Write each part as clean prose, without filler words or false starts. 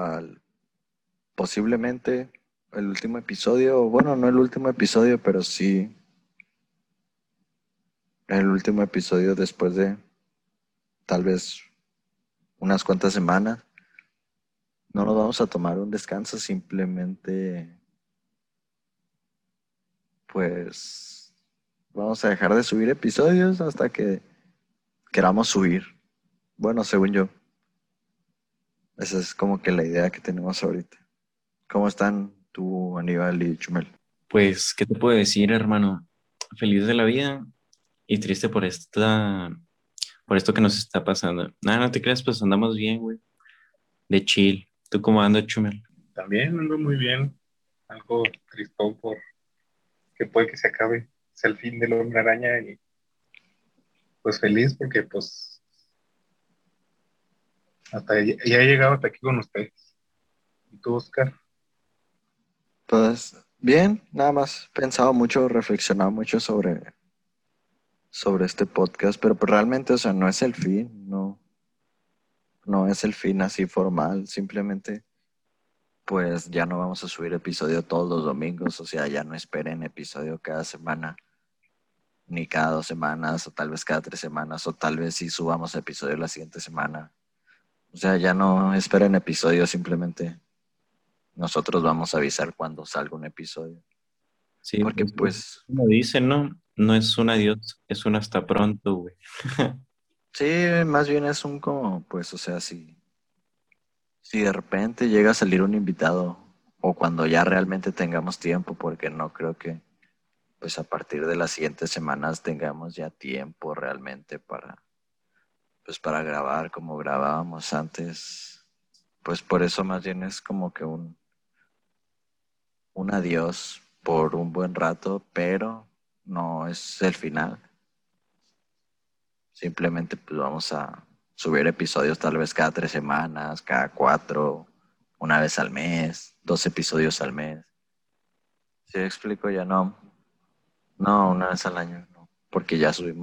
al posiblemente el último episodio, bueno, no el último episodio, pero sí el último episodio después de tal vez unas cuantas semanas. No nos vamos a tomar un descanso, simplemente pues vamos a dejar de subir episodios hasta que queramos subir. Bueno, según yo, esa es como que la idea que tenemos ahorita. ¿Cómo están tú, Aníbal y Chumel? Pues, ¿qué te puedo decir, hermano? Feliz de la vida y triste por esto que nos está pasando. Nada, no te creas, pues andamos bien, güey. De chill. ¿Tú cómo andas, Chumel? También ando muy bien, algo tristón por que puede que se acabe. Es el fin del Hombre Araña y pues feliz porque pues ya he llegado hasta aquí con ustedes. ¿Y tú, Oscar? Pues bien, nada más pensado mucho, reflexionado mucho sobre este podcast, pero pues realmente, o sea, no es el fin, no es el fin así formal, simplemente pues ya no vamos a subir episodio todos los domingos, o sea, ya no esperen episodio cada semana, ni cada 2 semanas, o tal vez cada 3 semanas, o tal vez si subamos episodio la siguiente semana. O sea, ya no esperen episodio, simplemente nosotros vamos a avisar cuando salga un episodio. Sí, Porque pues, pues, como dicen, ¿no? No es un adiós, es un hasta pronto, güey. sí, más bien es un como, pues, o sea, si de repente llega a salir un invitado, o cuando ya realmente tengamos tiempo, porque no creo que pues a partir de las siguientes semanas tengamos ya tiempo realmente pues para grabar como grabábamos antes. Pues por eso más bien es como que un adiós por un buen rato, pero no es el final. Simplemente pues vamos a subir episodios tal vez cada 3 semanas, cada 4, una vez al mes, 2 episodios al mes. Si explico ya no, una vez al año, no, porque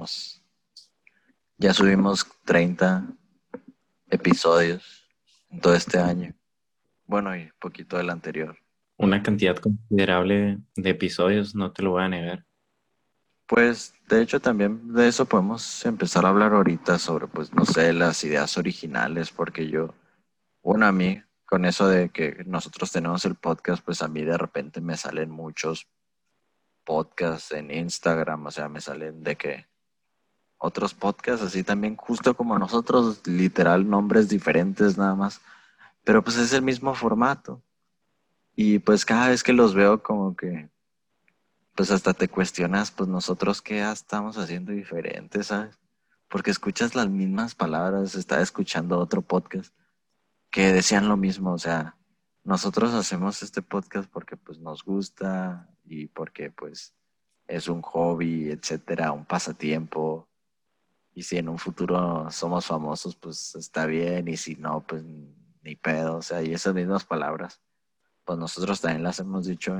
ya subimos 30 episodios en todo este año. Bueno, y poquito del anterior. Una cantidad considerable de episodios, no te lo voy a negar. Pues de hecho también de eso podemos empezar a hablar ahorita sobre, pues no sé, las ideas originales, porque bueno, a mí con eso de que nosotros tenemos el podcast, pues a mí de repente me salen muchos podcasts en Instagram, o sea, me salen de que otros podcasts así también, justo como nosotros, literal nombres diferentes nada más, pero pues es el mismo formato. Y pues cada vez que los veo como que pues hasta te cuestionas, pues nosotros qué estamos haciendo diferente, ¿sabes? Porque escuchas las mismas palabras, estaba escuchando otro podcast que decían lo mismo, o sea, nosotros hacemos este podcast porque pues nos gusta y porque pues es un hobby, etcétera, un pasatiempo, y si en un futuro somos famosos, pues está bien, y si no, pues ni pedo, o sea, y esas mismas palabras, pues nosotros también las hemos dicho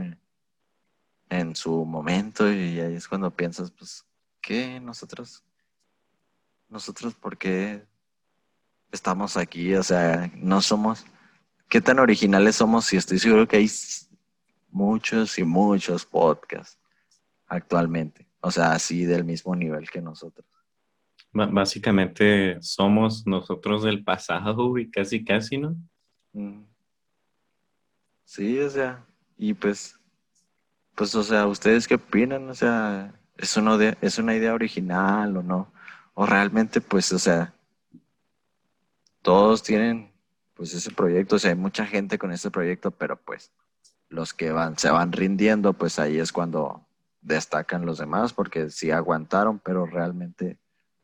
en su momento, y ahí es cuando piensas, pues, ¿qué? Nosotros, ¿por qué estamos aquí? O sea, no somos, ¿qué tan originales somos? Si estoy seguro que hay muchos y muchos podcasts actualmente, o sea, así del mismo nivel que nosotros. Básicamente somos nosotros del pasado, güey, casi, casi, ¿no? Mm, sí, o sea, y pues, o sea, ¿ustedes qué opinan? O sea, ¿es una idea original o no? O realmente, pues, o sea, todos tienen pues ese proyecto, o sea, hay mucha gente con ese proyecto, pero pues los que se van rindiendo, pues ahí es cuando destacan los demás, porque sí aguantaron, pero realmente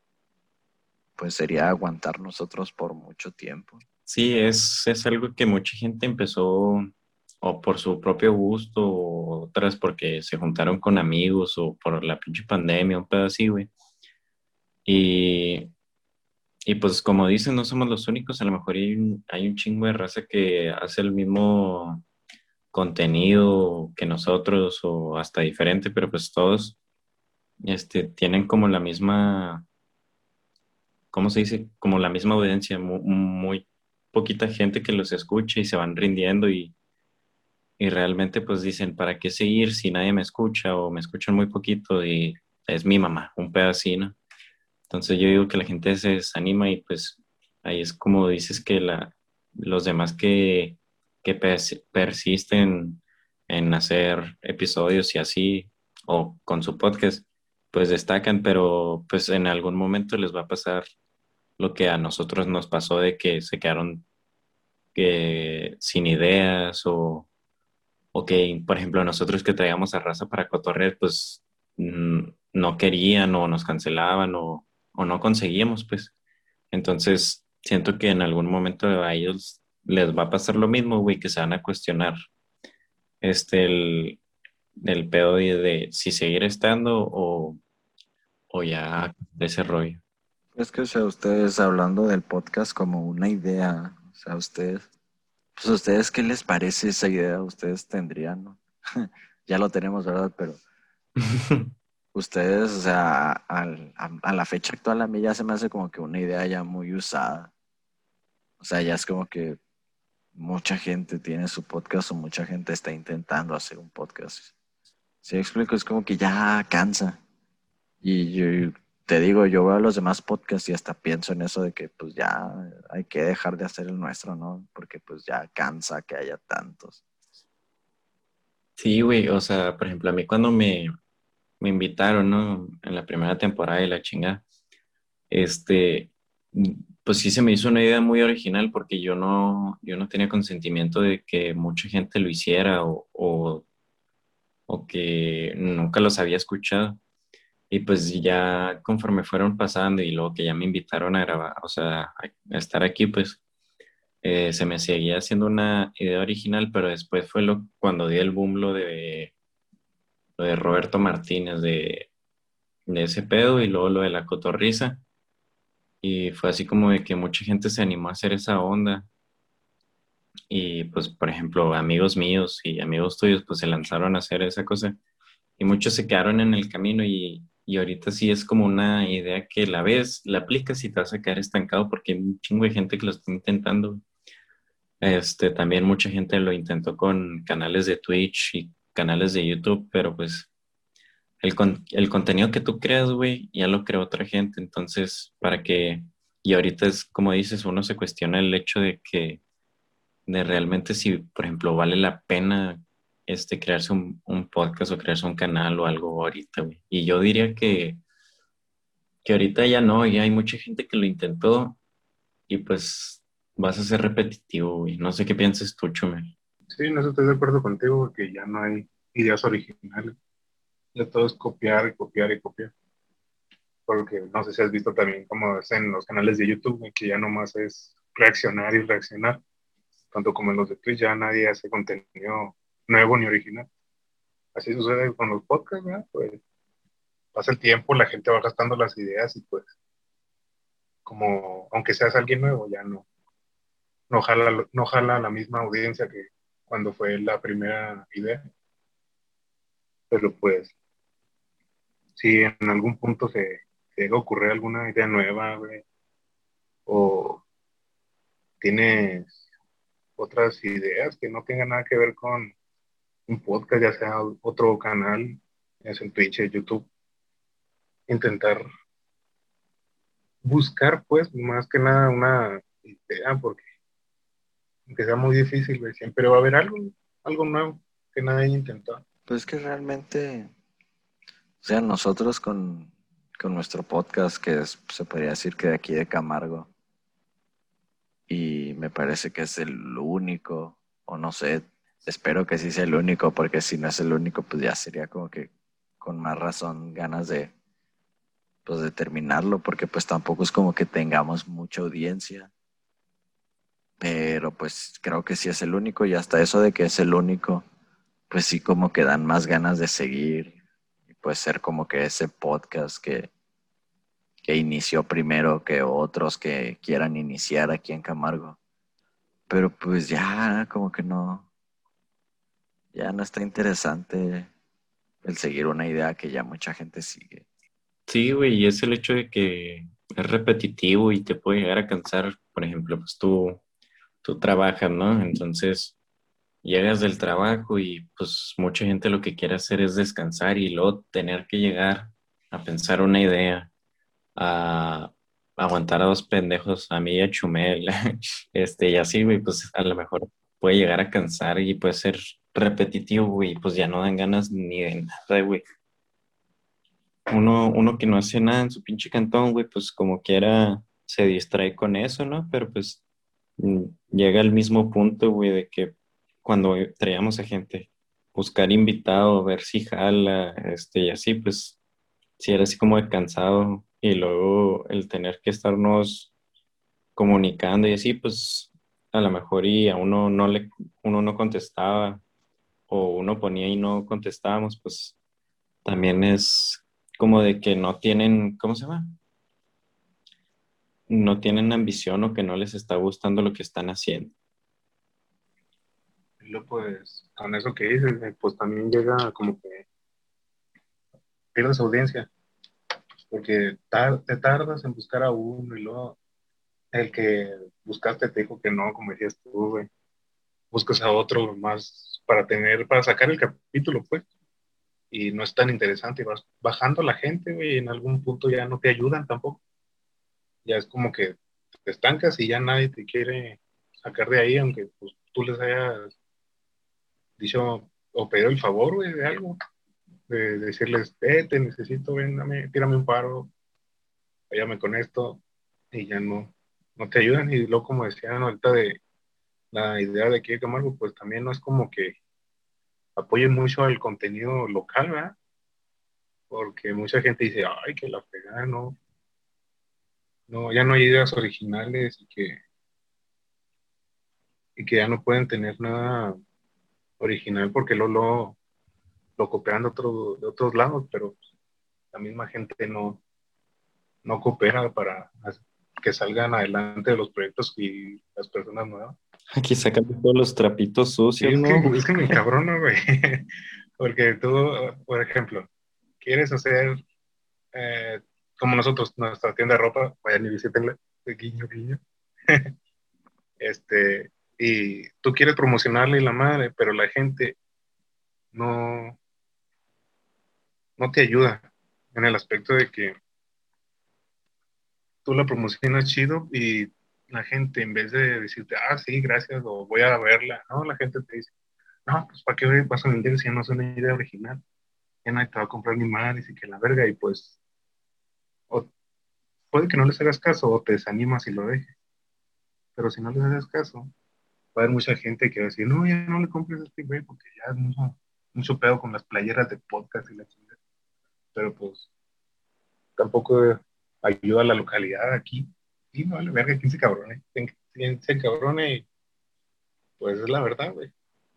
pues sería aguantar nosotros por mucho tiempo. Sí, es algo que mucha gente empezó o por su propio gusto, o otras porque se juntaron con amigos o por la pinche pandemia, un pedo así, güey. Y, y pues como dicen, no somos los únicos, a lo mejor hay un chingo de raza que hace el mismo contenido que nosotros o hasta diferente, pero pues todos tienen como la misma, ¿cómo se dice? Como la misma audiencia, muy, muy. poquita gente que los escucha y se van rindiendo y realmente pues dicen, ¿para qué seguir si nadie me escucha o me escuchan muy poquito y es mi mamá, un pedacito? Entonces yo digo que la gente se desanima y pues ahí es como dices que los demás que persisten en hacer episodios y así, o con su podcast, pues destacan, pero pues en algún momento les va a pasar lo que a nosotros nos pasó de que se quedaron sin ideas o que, por ejemplo, nosotros que traíamos a raza para cotorrear, pues no querían o nos cancelaban o no conseguíamos, pues. Entonces, siento que en algún momento a ellos les va a pasar lo mismo, güey, que se van a cuestionar este, el pedo de si seguir estando o ya de ese rollo. Es que, o sea, ustedes hablando del podcast como una idea, o sea, ustedes, pues a ustedes, ¿qué les parece esa idea? Ustedes tendrían, ¿no? Ya lo tenemos, ¿verdad? Pero ustedes, o sea, a la fecha actual a mí ya se me hace como que una idea ya muy usada. O sea, ya es como que mucha gente tiene su podcast o mucha gente está intentando hacer un podcast. Si explico, es como que ya cansa. Y yo te digo, yo veo a los demás podcasts y hasta pienso en eso de que pues ya hay que dejar de hacer el nuestro, ¿no? Porque pues ya cansa que haya tantos. Sí, güey, o sea, por ejemplo, a mí cuando me invitaron, ¿no? En la primera temporada de la chinga, este, pues sí se me hizo una idea muy original porque yo no tenía consentimiento de que mucha gente lo hiciera o que nunca los había escuchado. Y pues ya conforme fueron pasando y luego que ya me invitaron a grabar, o sea, a estar aquí, pues se me seguía haciendo una idea original, pero después fue cuando di el boom lo de Roberto Martínez, de ese pedo y luego lo de la cotorriza. Y fue así como de que mucha gente se animó a hacer esa onda. Y pues, por ejemplo, amigos míos y amigos tuyos, pues se lanzaron a hacer esa cosa. Y muchos se quedaron en el camino y ahorita sí es como una idea que la ves, la aplicas y te vas a quedar estancado porque hay un chingo de gente que lo está intentando. También mucha gente lo intentó con canales de Twitch y canales de YouTube, pero pues el contenido que tú creas, güey, ya lo creó otra gente. Entonces, ¿para qué? Y ahorita es como dices, uno se cuestiona el hecho de realmente si, por ejemplo, vale la pena crearse un podcast o crearse un canal o algo ahorita, güey. Y yo diría que ahorita ya no, ya hay mucha gente que lo intentó y pues vas a ser repetitivo, güey. No sé qué piensas tú, Chumel. Sí, no estoy de acuerdo contigo porque ya no hay ideas originales. Ya todo es copiar y copiar y copiar. Porque no sé si has visto también como es en los canales de YouTube, güey, que ya nomás es reaccionar y reaccionar. Tanto como en los de Twitch, ya nadie hace contenido nuevo ni original. Así sucede con los podcasts, ¿verdad? Pues pasa el tiempo, la gente va gastando las ideas y pues como aunque seas alguien nuevo, ya no jala la misma audiencia que cuando fue la primera idea. Pero pues si en algún punto se llega a ocurrir alguna idea nueva, güey, o tienes otras ideas que no tengan nada que ver con un podcast, ya sea otro canal, ya sea en Twitch, en YouTube, intentar buscar, pues, más que nada una idea, porque aunque sea muy difícil, güey, siempre va a haber algo nuevo que nadie haya intentado. Pues que realmente, o sea, nosotros con nuestro podcast, que es, se podría decir que de aquí de Camargo, y me parece que es el único, o no sé, espero que sí sea el único, porque si no es el único, pues ya sería como que con más razón ganas de, pues, de terminarlo, porque pues tampoco es como que tengamos mucha audiencia, pero pues creo que sí es el único y hasta eso de que es el único, pues sí como que dan más ganas de seguir y pues ser como que ese podcast que inició primero que otros que quieran iniciar aquí en Camargo. Pero pues ya como que no, ya no está interesante el seguir una idea que ya mucha gente sigue. Sí, güey, y es el hecho de que es repetitivo y te puede llegar a cansar. Por ejemplo, pues tú tú trabajas, ¿no? Entonces llegas del trabajo y pues mucha gente lo que quiere hacer es descansar y luego tener que llegar a pensar una idea, a aguantar a dos pendejos, a mí y a Chumel, y así, güey, pues a lo mejor puede llegar a cansar y puede ser repetitivo, güey, pues ya no dan ganas ni de nada, güey. Uno que no hace nada en su pinche cantón, güey, pues como quiera se distrae con eso, ¿no? Pero pues llega al mismo punto, güey, de que cuando traíamos a gente, buscar invitado, ver si jala, y así, pues sí era así como de cansado y luego el tener que estarnos comunicando y así, pues a lo mejor y a uno no contestaba o uno ponía y no contestábamos, pues también es como de que no tienen, ¿cómo se llama? No tienen ambición o que no les está gustando lo que están haciendo. Y luego, pues, con eso que dices, pues también llega como que pierdes audiencia, porque te tardas en buscar a uno y luego el que buscaste te dijo que no, como decías tú, güey. Buscas a otro más para sacar el capítulo, pues, y no es tan interesante y vas bajando la gente, güey, y en algún punto ya no te ayudan tampoco. Ya es como que te estancas y ya nadie te quiere sacar de ahí, aunque pues, tú les hayas dicho o pedido el favor, güey, de algo, de decirles, te necesito, ven, tírame un paro, ayúdame con esto, y ya no te ayudan. Y luego, como decían ahorita de la idea de aquí de Camargo, pues también no es como que apoyen mucho al contenido local, ¿verdad? Porque mucha gente dice, ay, que la fregada, no, ya no hay ideas originales y que ya no pueden tener nada original porque lo copian de otros lados, pero la misma gente no coopera para que salgan adelante los proyectos y las personas nuevas. Aquí sacando todos los trapitos Sí, sucios, es que, ¿no, güey? es que me encabrona, güey. Porque tú, por ejemplo, quieres hacer eh, como nosotros, nuestra tienda de ropa, vayan y visítenla, de guiño, guiño. Y tú quieres promocionarle y la madre, pero la gente no, no te ayuda en el aspecto de que tú la promocionas chido y la gente en vez de decirte, ah, sí, gracias, o voy a verla, no, la gente te dice, no, pues ¿para qué vas a vender si no es una idea original? Ya nadie te va a comprar ni madres y que la verga, y pues, o puede que no les hagas caso o te desanimas y lo dejes, pero si no les hagas caso, va a haber mucha gente que va a decir, no, ya no le compres a este güey porque ya es mucho pedo con las playeras de podcast y la chingada, pero pues tampoco ayuda a la localidad aquí. Y no vale verga, quién se cabrone. Quien se cabrone, y pues es la verdad, güey.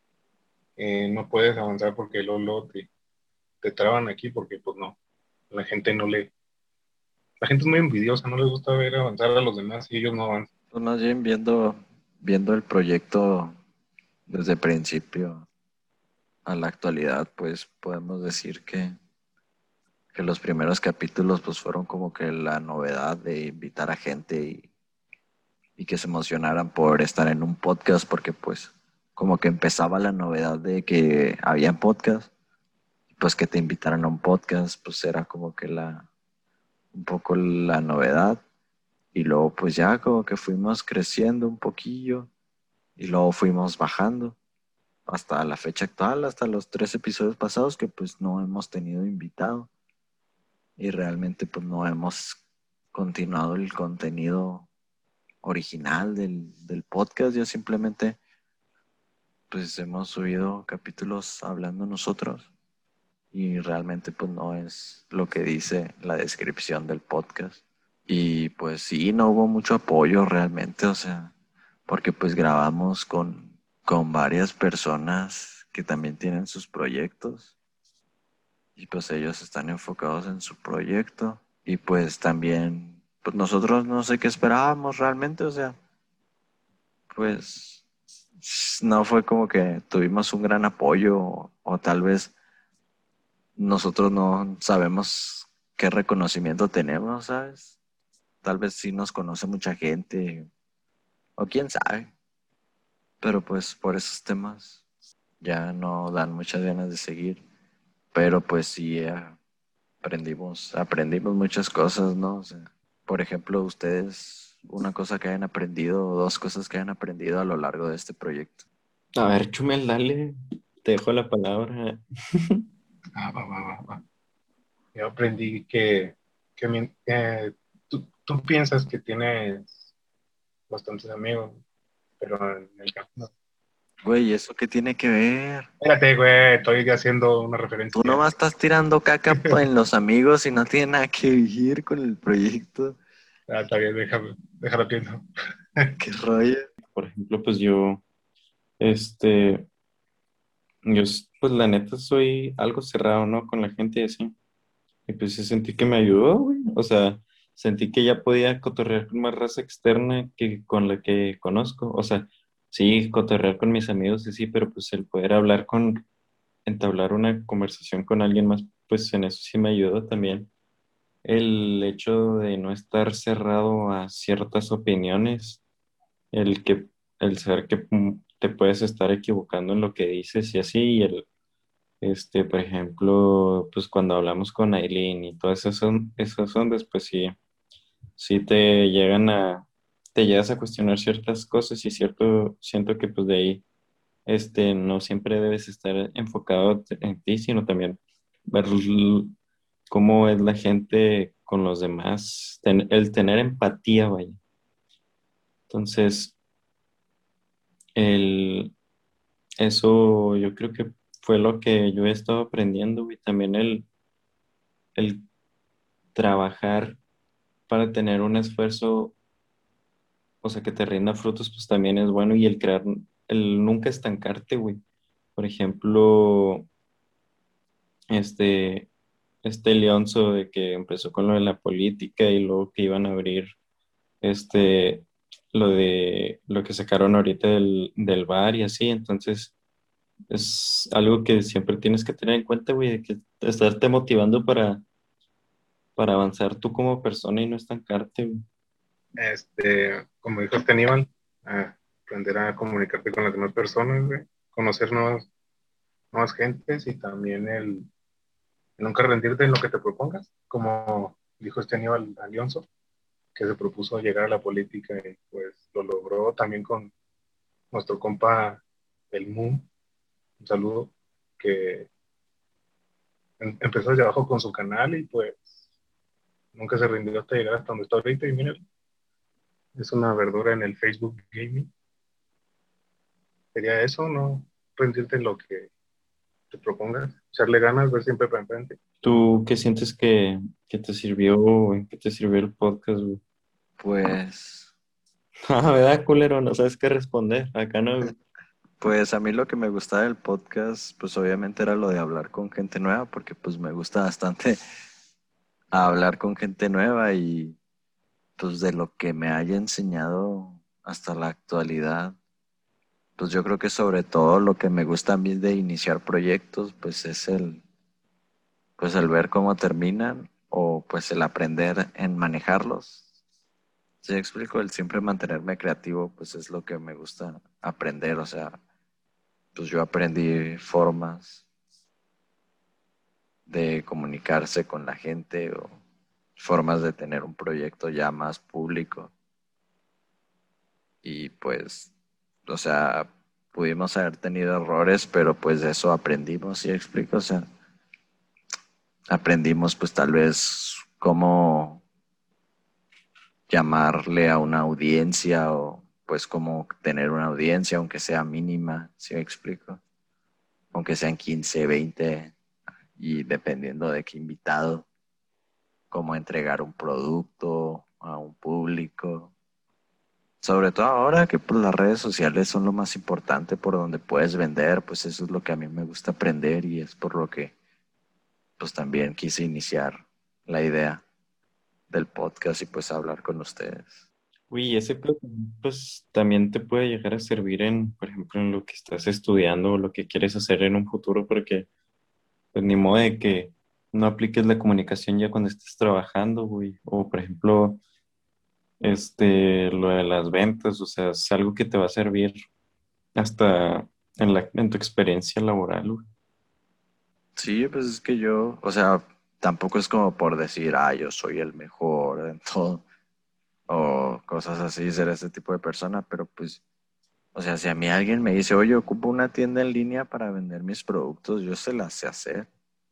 No puedes avanzar porque luego te traban aquí porque pues no. La gente no le... La gente es muy envidiosa, no les gusta ver avanzar a los demás y ellos no avanzan. Pues más bien viendo el proyecto desde principio a la actualidad, pues podemos decir que los primeros capítulos pues fueron como que la novedad de invitar a gente y que se emocionaran por estar en un podcast, porque pues como que empezaba la novedad de que había podcast, pues que te invitaran a un podcast, pues era como que un poco la novedad. Y luego pues ya como que fuimos creciendo un poquillo y luego fuimos bajando hasta la fecha actual, hasta los 3 episodios pasados que pues no hemos tenido invitado y realmente pues no hemos continuado el contenido original del podcast. Ya simplemente pues hemos subido capítulos hablando nosotros y realmente pues no es lo que dice la descripción del podcast. Y pues sí, no hubo mucho apoyo realmente, o sea, porque pues grabamos con varias personas que también tienen sus proyectos y pues ellos están enfocados en su proyecto y pues también, pues nosotros no sé qué esperábamos realmente, o sea, pues no fue como que tuvimos un gran apoyo o tal vez nosotros no sabemos qué reconocimiento tenemos, ¿sabes? Tal vez sí nos conoce mucha gente o quién sabe. pero pues por esos temas ya no dan muchas ganas de seguir. Pero pues sí, aprendimos muchas cosas, ¿no? O sea, por ejemplo, ustedes, una cosa que hayan aprendido o dos cosas que hayan aprendido a lo largo de este proyecto. A ver, Chumel, dale, te dejo la palabra. Va. Yo aprendí que tú piensas que tienes bastantes amigos, pero en el campo no. Güey, ¿eso qué tiene que ver? Espérate, güey, estoy haciendo una Tú referencia. nomás estás tirando caca en los amigos y no tiene nada que ver con el proyecto. Está bien, déjalo pienso. ¿Qué rollo? Por ejemplo, pues este, pues la neta soy algo cerrado, ¿no? Con la gente y así. Y pues sí sentí que me ayudó, güey. O sea, sentí que ya podía cotorrear con más raza externa que con la que conozco. O sea, sí, cotorrear con mis amigos y sí, pero pues el poder entablar una conversación con alguien más, pues en eso sí me ayudó también. El hecho de no estar cerrado a ciertas opiniones, el que, el saber que te puedes estar equivocando en lo que dices y así, y por ejemplo, pues cuando hablamos con Aileen y todas esas ondas, pues sí, sí te llegas a cuestionar ciertas cosas y siento que pues de ahí, no siempre debes estar enfocado en ti, sino también ver cómo es la gente con los demás, el tener empatía, vaya. Entonces, el, eso yo creo que fue lo que yo he estado aprendiendo, y también el trabajar para tener un esfuerzo, o sea, que te rinda frutos, pues también es bueno, y el nunca estancarte, güey. Por ejemplo, este, Leonzo de que empezó con lo de la política y luego que iban a abrir este, lo que sacaron ahorita del bar y así, entonces es algo que siempre tienes que tener en cuenta, güey, de que estarte motivando para avanzar tú como persona y no estancarte, güey. Como dijo este Aníbal, aprender a comunicarte con las demás personas, güey, conocer nuevas gentes y también el nunca rendirte en lo que te propongas, como dijo este Aníbal Alonso, que se propuso llegar a la política y pues lo logró también con nuestro compa el Moon, un saludo, que empezó desde abajo con su canal y pues nunca se rindió hasta llegar hasta donde está ahorita y mira, es una verdura en el Facebook Gaming. Sería eso, no rendirte en lo que te propongas, echarle ganas, ver siempre para enfrente. ¿Tú qué sientes que te sirvió, güey? ¿Qué te sirvió el podcast, güey? Pues, Ah, ¿verdad, culero? No sabes qué responder. Acá no, güey. pues a mí lo que me gustaba del podcast, pues obviamente era lo de hablar con gente nueva, porque pues me gusta bastante hablar con gente nueva y pues de lo que me haya enseñado hasta la actualidad. Pues yo creo que sobre todo lo que me gusta a mí de iniciar proyectos, pues es pues el ver cómo terminan o pues el aprender en manejarlos. Si explico, el siempre mantenerme creativo, pues es lo que me gusta aprender. O sea, pues yo aprendí formas de comunicarse con la gente o formas de tener un proyecto ya más público. Y pues, o sea, pudimos haber tenido errores, pero pues de eso aprendimos, ¿sí explico? O sea, aprendimos pues tal vez cómo llamarle a una audiencia o pues cómo tener una audiencia, aunque sea mínima, ¿sí me explico? Aunque sean 15 20 y dependiendo de qué invitado, cómo entregar un producto a un público. Sobre todo ahora que pues, las redes sociales son lo más importante por donde puedes vender, pues eso es lo que a mí me gusta aprender y es por lo que pues también quise iniciar la idea del podcast y pues hablar con ustedes. Uy, ese plan, pues también te puede llegar a servir por ejemplo, en lo que estás estudiando o lo que quieres hacer en un futuro, porque pues ni modo de que no apliques la comunicación ya cuando estés trabajando, güey. O por ejemplo, lo de las ventas, o sea, es algo que te va a servir hasta en tu experiencia laboral, güey. Sí, pues es que yo, o sea, tampoco es como por decir, yo soy el mejor en todo, o cosas así, ser ese tipo de persona, pero pues, o sea, si a mí alguien me dice, oye, ocupo una tienda en línea para vender mis productos, yo se las sé hacer.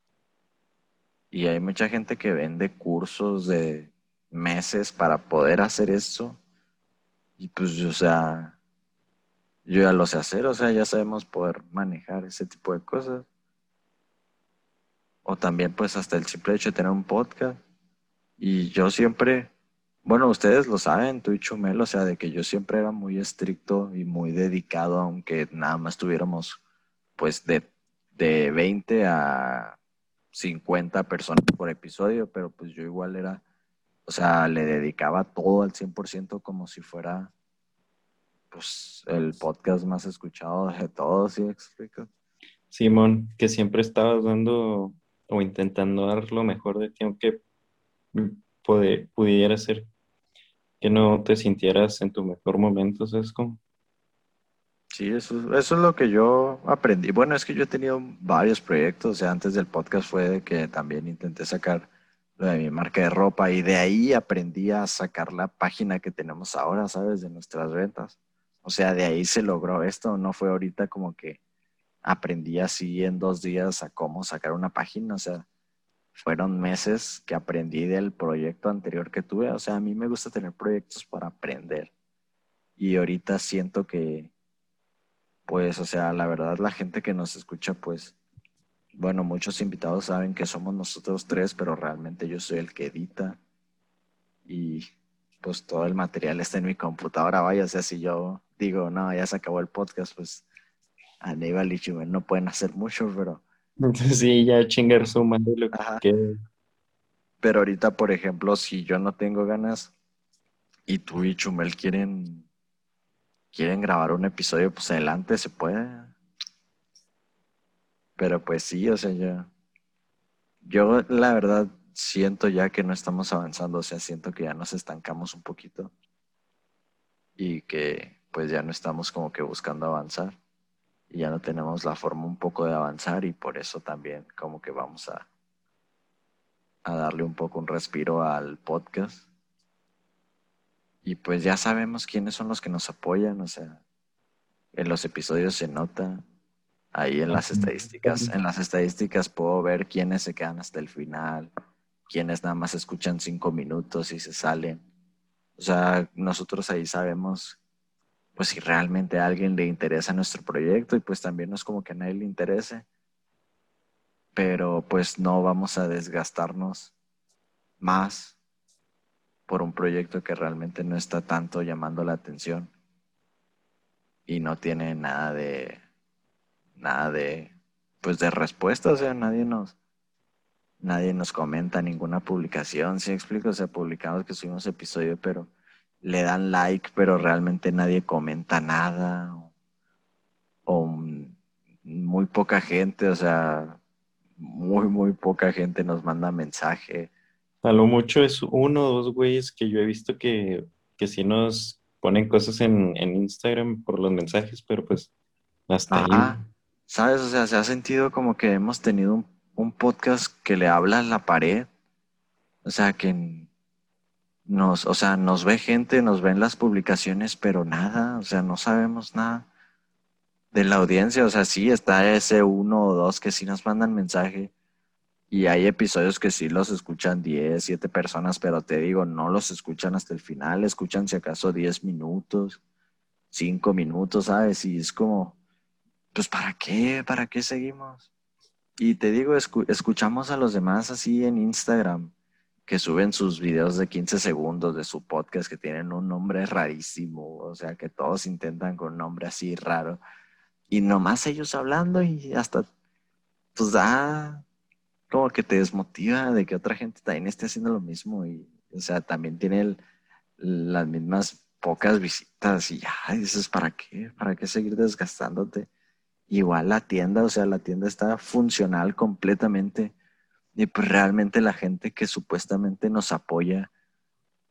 Y hay mucha gente que vende cursos de meses para poder hacer eso. Y pues, o sea, yo ya lo sé hacer, o sea, ya sabemos poder manejar ese tipo de cosas. O también, pues, hasta el simple hecho de tener un podcast. Y yo siempre, bueno, ustedes lo saben, tú y Chumel, o sea, de que yo siempre era muy estricto y muy dedicado, aunque nada más tuviéramos, pues, de 20 a 50 personas por episodio, pero pues yo igual era, o sea, le dedicaba todo al 100% como si fuera, pues, el podcast más escuchado de todos, ¿sí me explico? Simón, que siempre estabas dando o intentando dar lo mejor de ti, aunque pudiera ser que no te sintieras en tu mejor momento, ¿sabes cómo? Sí, eso es lo que yo aprendí. Bueno, es que yo he tenido varios proyectos, o sea, antes del podcast fue de que también intenté sacar lo de mi marca de ropa y de ahí aprendí a sacar la página que tenemos ahora, ¿sabes? De nuestras ventas. O sea, de ahí se logró esto, no fue ahorita como que aprendí así en 2 días a cómo sacar una página, o sea, fueron meses que aprendí del proyecto anterior que tuve. O sea, a mí me gusta tener proyectos para aprender y ahorita siento que pues, o sea, la verdad, la gente que nos escucha, pues, bueno, muchos invitados saben que somos nosotros tres, pero realmente yo soy el que edita y pues todo el material está en mi computadora, vaya, o sea, si yo digo, no, ya se acabó el podcast, pues Aníbal y Chumel no pueden hacer mucho, Entonces sí, ya chingar su madre lo ajá, que... pero ahorita, por ejemplo, si yo no tengo ganas y tú y Chumel quieren grabar un episodio, pues adelante, se puede, pero pues sí, o sea, yo la verdad siento ya que no estamos avanzando, o sea, siento que ya nos estancamos un poquito y que pues ya no estamos como que buscando avanzar y ya no tenemos la forma un poco de avanzar y por eso también como que vamos a darle un poco un respiro al podcast y pues ya sabemos quiénes son los que nos apoyan, o sea, en los episodios se nota, ahí en las estadísticas puedo ver quiénes se quedan hasta el final, quiénes nada más escuchan 5 minutos y se salen. O sea, nosotros ahí sabemos, pues si realmente a alguien le interesa nuestro proyecto y pues también no es como que a nadie le interese, pero pues no vamos a desgastarnos más por un proyecto que realmente no está tanto llamando la atención y no tiene nada de, pues de respuesta, o sea, nadie nos comenta ninguna publicación, ¿sí explico? O sea, publicamos que subimos episodio, pero le dan like, pero realmente nadie comenta nada. O muy poca gente, o sea, muy poca gente nos manda mensaje. A lo mucho es uno o dos güeyes que yo he visto que sí nos ponen cosas en Instagram por los mensajes, pero pues hasta ahí. Ajá, ¿sabes? O sea, se ha sentido como que hemos tenido un podcast que le habla a la pared, o sea, que o sea, nos ve gente, nos ven las publicaciones, pero nada, o sea, no sabemos nada de la audiencia, o sea, sí, está ese uno o dos que sí nos mandan mensaje. Y hay episodios que sí los escuchan 10 7 personas, pero te digo, no los escuchan hasta el final, escuchan si acaso 10 minutos, 5 minutos, ¿sabes? Y es como, pues ¿para qué? ¿Para qué seguimos? Y te digo, escuchamos a los demás así en Instagram, que suben sus videos de 15 segundos de su podcast, que tienen un nombre rarísimo, o sea, que todos intentan con un nombre así raro. Y nomás ellos hablando y hasta, pues da como que te desmotiva de que otra gente también esté haciendo lo mismo y, o sea, también tiene las mismas pocas visitas y ya dices, ¿para qué? ¿Para qué seguir desgastándote? Igual la tienda, o sea, la tienda está funcional completamente y pues realmente la gente que supuestamente nos apoya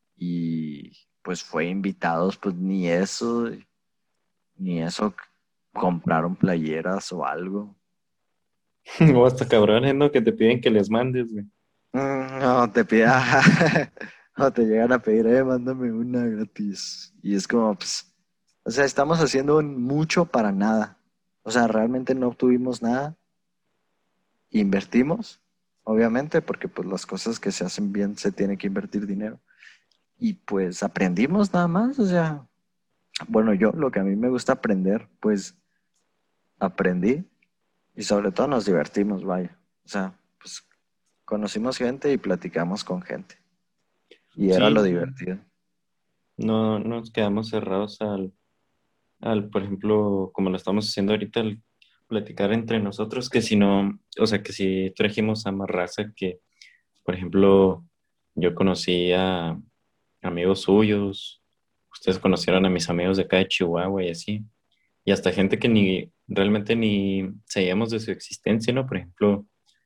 y pues fue invitados, pues ni eso compraron playeras o algo. O hasta cabrones, ¿no? Que te piden que les mandes, güey. No, te pida, no te llegan a pedir, mándame una gratis. Y es como, pues, o sea, estamos haciendo mucho para nada. O sea, realmente no obtuvimos nada. Invertimos, obviamente, porque pues las cosas que se hacen bien se tiene que invertir dinero. Y pues aprendimos nada más, o sea, bueno, yo lo que a mí me gusta aprender, pues aprendí y sobre todo nos divertimos, vaya. O sea, pues conocimos gente y platicamos con gente. Y era Sí, lo sí. divertido. No nos quedamos cerrados al, por ejemplo, como lo estamos haciendo ahorita, al platicar entre nosotros, que si no, o sea, que si trajimos a más raza que, por ejemplo, yo conocí a amigos suyos, ustedes conocieron a mis amigos de acá de Chihuahua y así, y hasta gente que ni realmente ni sabíamos de su existencia, ¿no? Por ejemplo,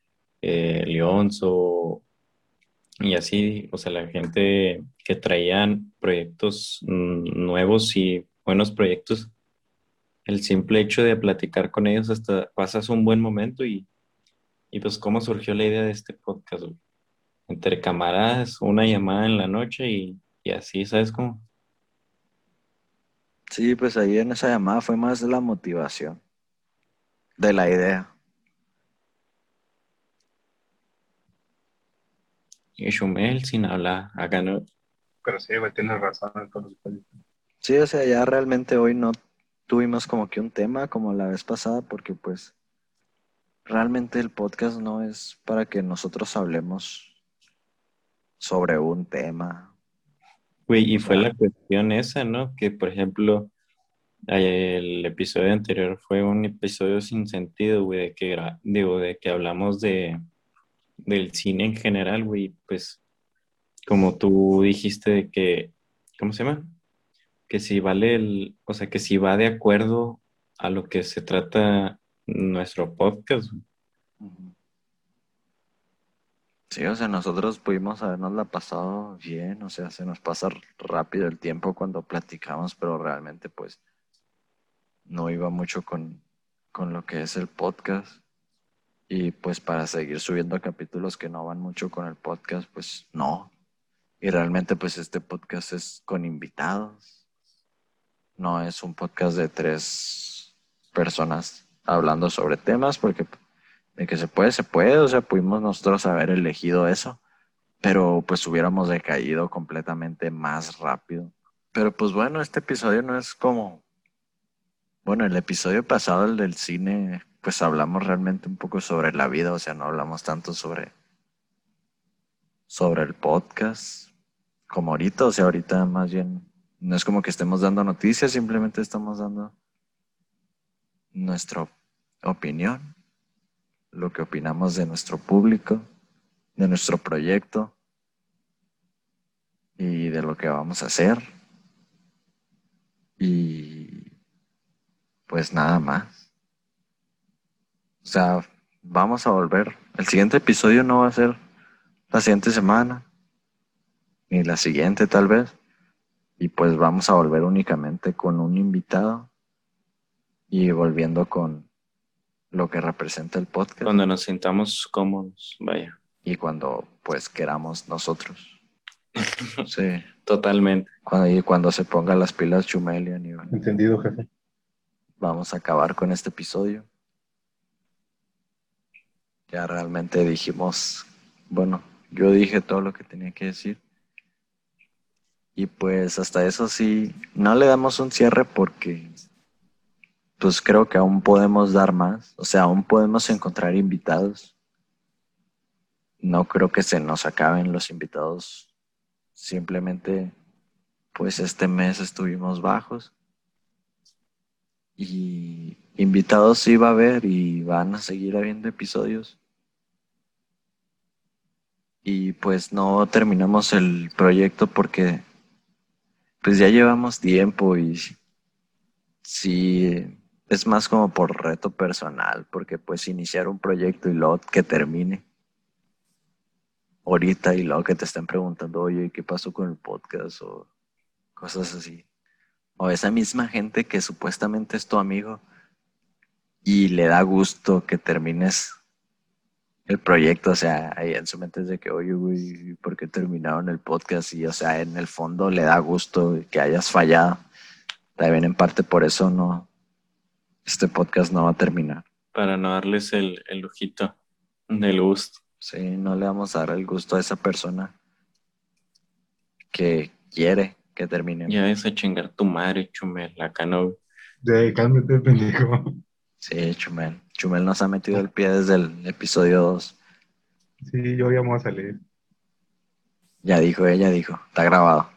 Leonzo y así, o sea, la gente que traían proyectos nuevos y buenos proyectos, el simple hecho de platicar con ellos hasta pasas un buen momento y pues cómo surgió la idea de este podcast, güey. Entre camaradas, una llamada en la noche y así, ¿sabes cómo? Sí, pues ahí en esa llamada fue más la motivación de la idea. Y Shumel sin hablar, acá no. Pero sí, güey, tienes razón en todo lo que dices. Sí, o sea, ya realmente hoy no tuvimos como que un tema como la vez pasada porque pues realmente el podcast no es para que nosotros hablemos sobre un tema. Güey, y O fue sea, la cuestión esa, ¿no? Que, por ejemplo, el episodio anterior fue un episodio sin sentido, güey, digo, de que hablamos del cine en general, güey, pues como tú dijiste de que, ¿cómo se llama? Que si vale o sea, que si va de acuerdo a lo que se trata nuestro podcast, güey. ujú. Sí, o sea, nosotros pudimos habernosla pasado bien, o sea, se nos pasa rápido el tiempo cuando platicamos, pero realmente pues no iba mucho con lo que es el podcast. Y pues para seguir subiendo capítulos que no van mucho con el podcast, pues no. Y realmente pues este podcast es con invitados, no es un podcast de tres personas hablando sobre temas, porque de que se puede, o sea, pudimos nosotros haber elegido eso, pero pues hubiéramos decaído completamente más rápido. Pero pues bueno, este episodio no es como, bueno, el episodio pasado, el del cine, pues hablamos realmente un poco sobre la vida, o sea, no hablamos tanto sobre el podcast como ahorita, o sea, ahorita más bien no es como que estemos dando noticias, simplemente estamos dando nuestra opinión, lo que opinamos de nuestro público, de nuestro proyecto y de lo que vamos a hacer y pues nada más. O sea, vamos a volver. El siguiente episodio no va a ser la siguiente semana, ni la siguiente tal vez, y pues vamos a volver únicamente con un invitado y volviendo con lo que representa el podcast Cuando nos sintamos cómodos, vaya. y cuando pues queramos nosotros. Sí, Totalmente. cuando se ponga las pilas Chumel y Aníbal. Entendido, jefe. Vamos a acabar con este episodio. Ya realmente dijimos, bueno, yo dije todo lo que tenía que decir. Y pues hasta eso sí, no le damos un cierre porque pues creo que aún podemos dar más. O sea, aún podemos encontrar invitados. No creo que se nos acaben los invitados. Simplemente pues este mes estuvimos bajos. Y invitados sí va a haber y van a seguir habiendo episodios. Y pues no terminamos el proyecto porque pues ya llevamos tiempo y sí es más como por reto personal, porque pues iniciar un proyecto y luego que termine ahorita y luego que te estén preguntando, oye, ¿qué pasó con el podcast? O cosas así. O esa misma gente que supuestamente es tu amigo y le da gusto que termines el proyecto, o sea, ahí en su mente es de que, oye, güey, ¿por qué terminaron el podcast? Y, o sea, en el fondo le da gusto que hayas fallado. También en parte por eso este podcast no va a terminar. Para no darles el lujito del gusto. Sí, no le vamos a dar el gusto a esa persona que quiere que terminemos. Ya ves a chingar tu madre, Chumel, acá no. Cálmate, pendejo. Sí, Chumel. Chumel nos ha metido el pie desde el episodio 2. Sí, yo ya me voy a salir. Ya dijo, ella dijo. Está grabado.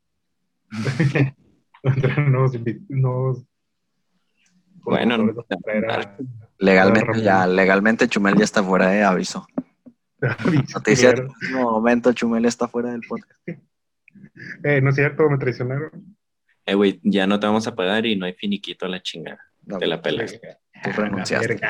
Nos Bueno, no, conductores a traer a Legalmente Chumel ya está fuera de aviso. Noticia de último momento, Chumel está fuera del podcast. No es cierto, me traicionaron. Güey, ya no te vamos a pagar y no hay finiquito a la chingada. No, Te la pelas. Tú renunciaste.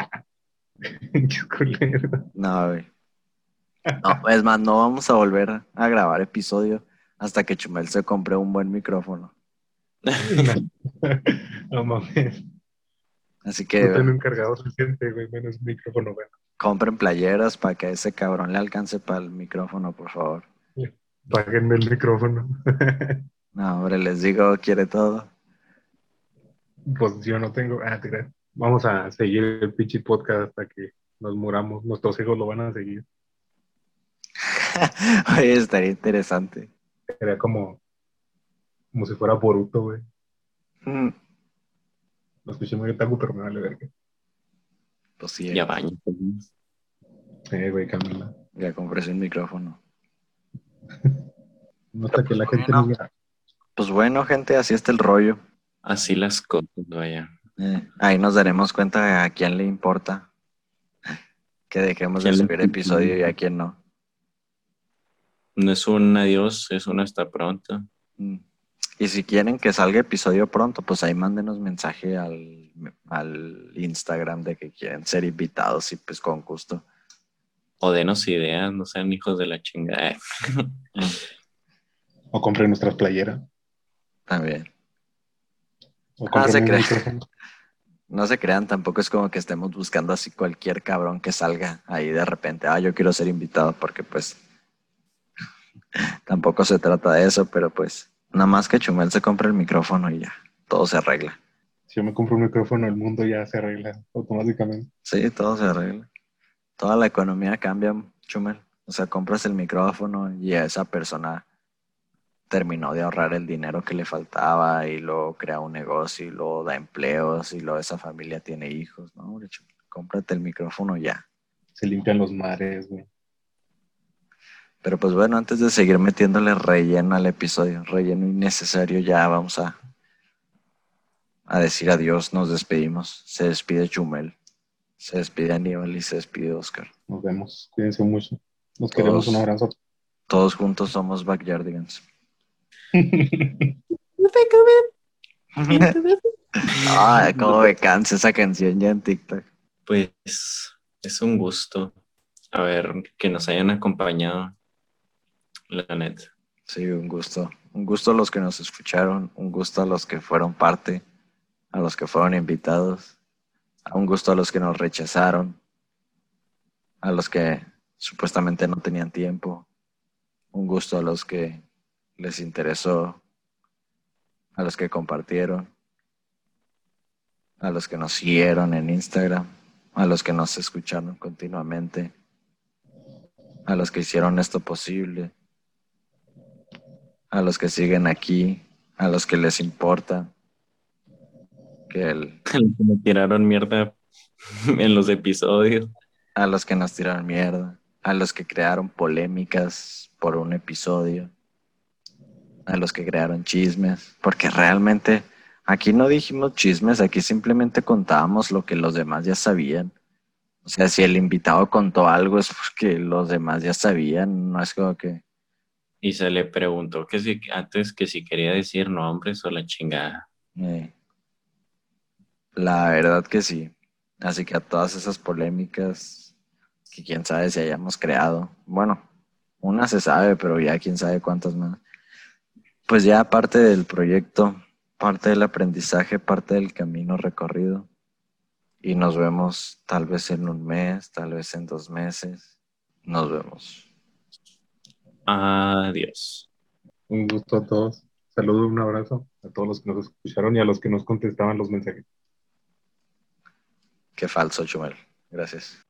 No, güey. No, es más, no vamos a volver a grabar episodio hasta que Chumel se compre un buen micrófono. No mames. Así que No tengo un cargador suficiente, güey, menos un micrófono, bueno. compren playeras para que a ese cabrón le alcance para el micrófono, por favor. Páguenme el micrófono. No, hombre, les digo, quiere todo. Pues yo no tengo. Te creas. Vamos a seguir el pinche podcast hasta que nos muramos. Nuestros hijos lo van a seguir. Oye, estaría interesante. Sería como si fuera Boruto, güey. Mm, Lo escuché muy otaku, pero me vale verga. Pues sí, Ya baño. Güey, Camila. ya compré un micrófono. No hasta que la Pues gente bueno. nos diga. Pues bueno, gente, así está el rollo. Así las cosas, vaya. Ahí nos daremos cuenta de a quién le importa que dejemos de ¿Quién le subir importa? episodio y a quién no. No es un adiós, es un hasta pronto. Y si quieren que salga episodio pronto, pues ahí mándenos mensaje al Instagram de que quieren ser invitados y pues con gusto. O denos ideas, no sean hijos de la chingada. O compren nuestras playeras. También. O compren un crean. micrófono. No se crean, tampoco es como que estemos buscando así cualquier cabrón que salga ahí de repente. Yo quiero ser invitado porque pues tampoco se trata de eso, pero pues nada más que Chumel se compre el micrófono y ya, todo se arregla. Si yo me compro un micrófono, el mundo ya se arregla automáticamente. Sí, todo se arregla. Toda la economía cambia, Chumel. O sea, compras el micrófono y esa persona terminó de ahorrar el dinero que le faltaba y luego crea un negocio y luego da empleos y luego esa familia tiene hijos, ¿no? Hombre, Chumel, cómprate el micrófono ya. Se limpian los mares, güey. Pero pues bueno, antes de seguir metiéndole relleno al episodio, relleno innecesario, ya vamos a decir adiós, nos despedimos. Se despide Chumel, se despide Aníbal y se despide Oscar. Nos vemos. Cuídense mucho. Nos queremos. Un abrazo. Todos juntos somos Backyardigans. Cómo me cansa esa canción ya en TikTok. Pues es un gusto a ver que nos hayan acompañado, la neta. Sí, un gusto. Un gusto a los que nos escucharon, un gusto a los que fueron parte, a los que fueron invitados, un gusto a los que nos rechazaron, a los que supuestamente no tenían tiempo, un gusto a los que les interesó, a los que compartieron, a los que nos siguieron en Instagram, a los que nos escucharon continuamente, a los que hicieron esto posible, a los que siguen aquí, a los que les importa que Me tiraron mierda en los episodios. a los que nos tiraron mierda, a los que crearon polémicas por un episodio, a los que crearon chismes, porque realmente aquí no dijimos chismes, aquí simplemente contábamos lo que los demás ya sabían. O sea, si el invitado contó algo es porque los demás ya sabían, no es como que... Y se le preguntó que si antes que si quería decir nombres o la chingada. La verdad que sí. Así que a todas esas polémicas que quién sabe si hayamos creado. Bueno, una se sabe, pero ya quién sabe cuántas más. Pues ya parte del proyecto, parte del aprendizaje, parte del camino recorrido. y nos vemos tal vez en un mes, tal vez en 2 meses. Nos vemos. Adiós. Un gusto a todos. Saludo, un abrazo a todos los que nos escucharon y a los que nos contestaban los mensajes. Qué falso, Chumel. Gracias.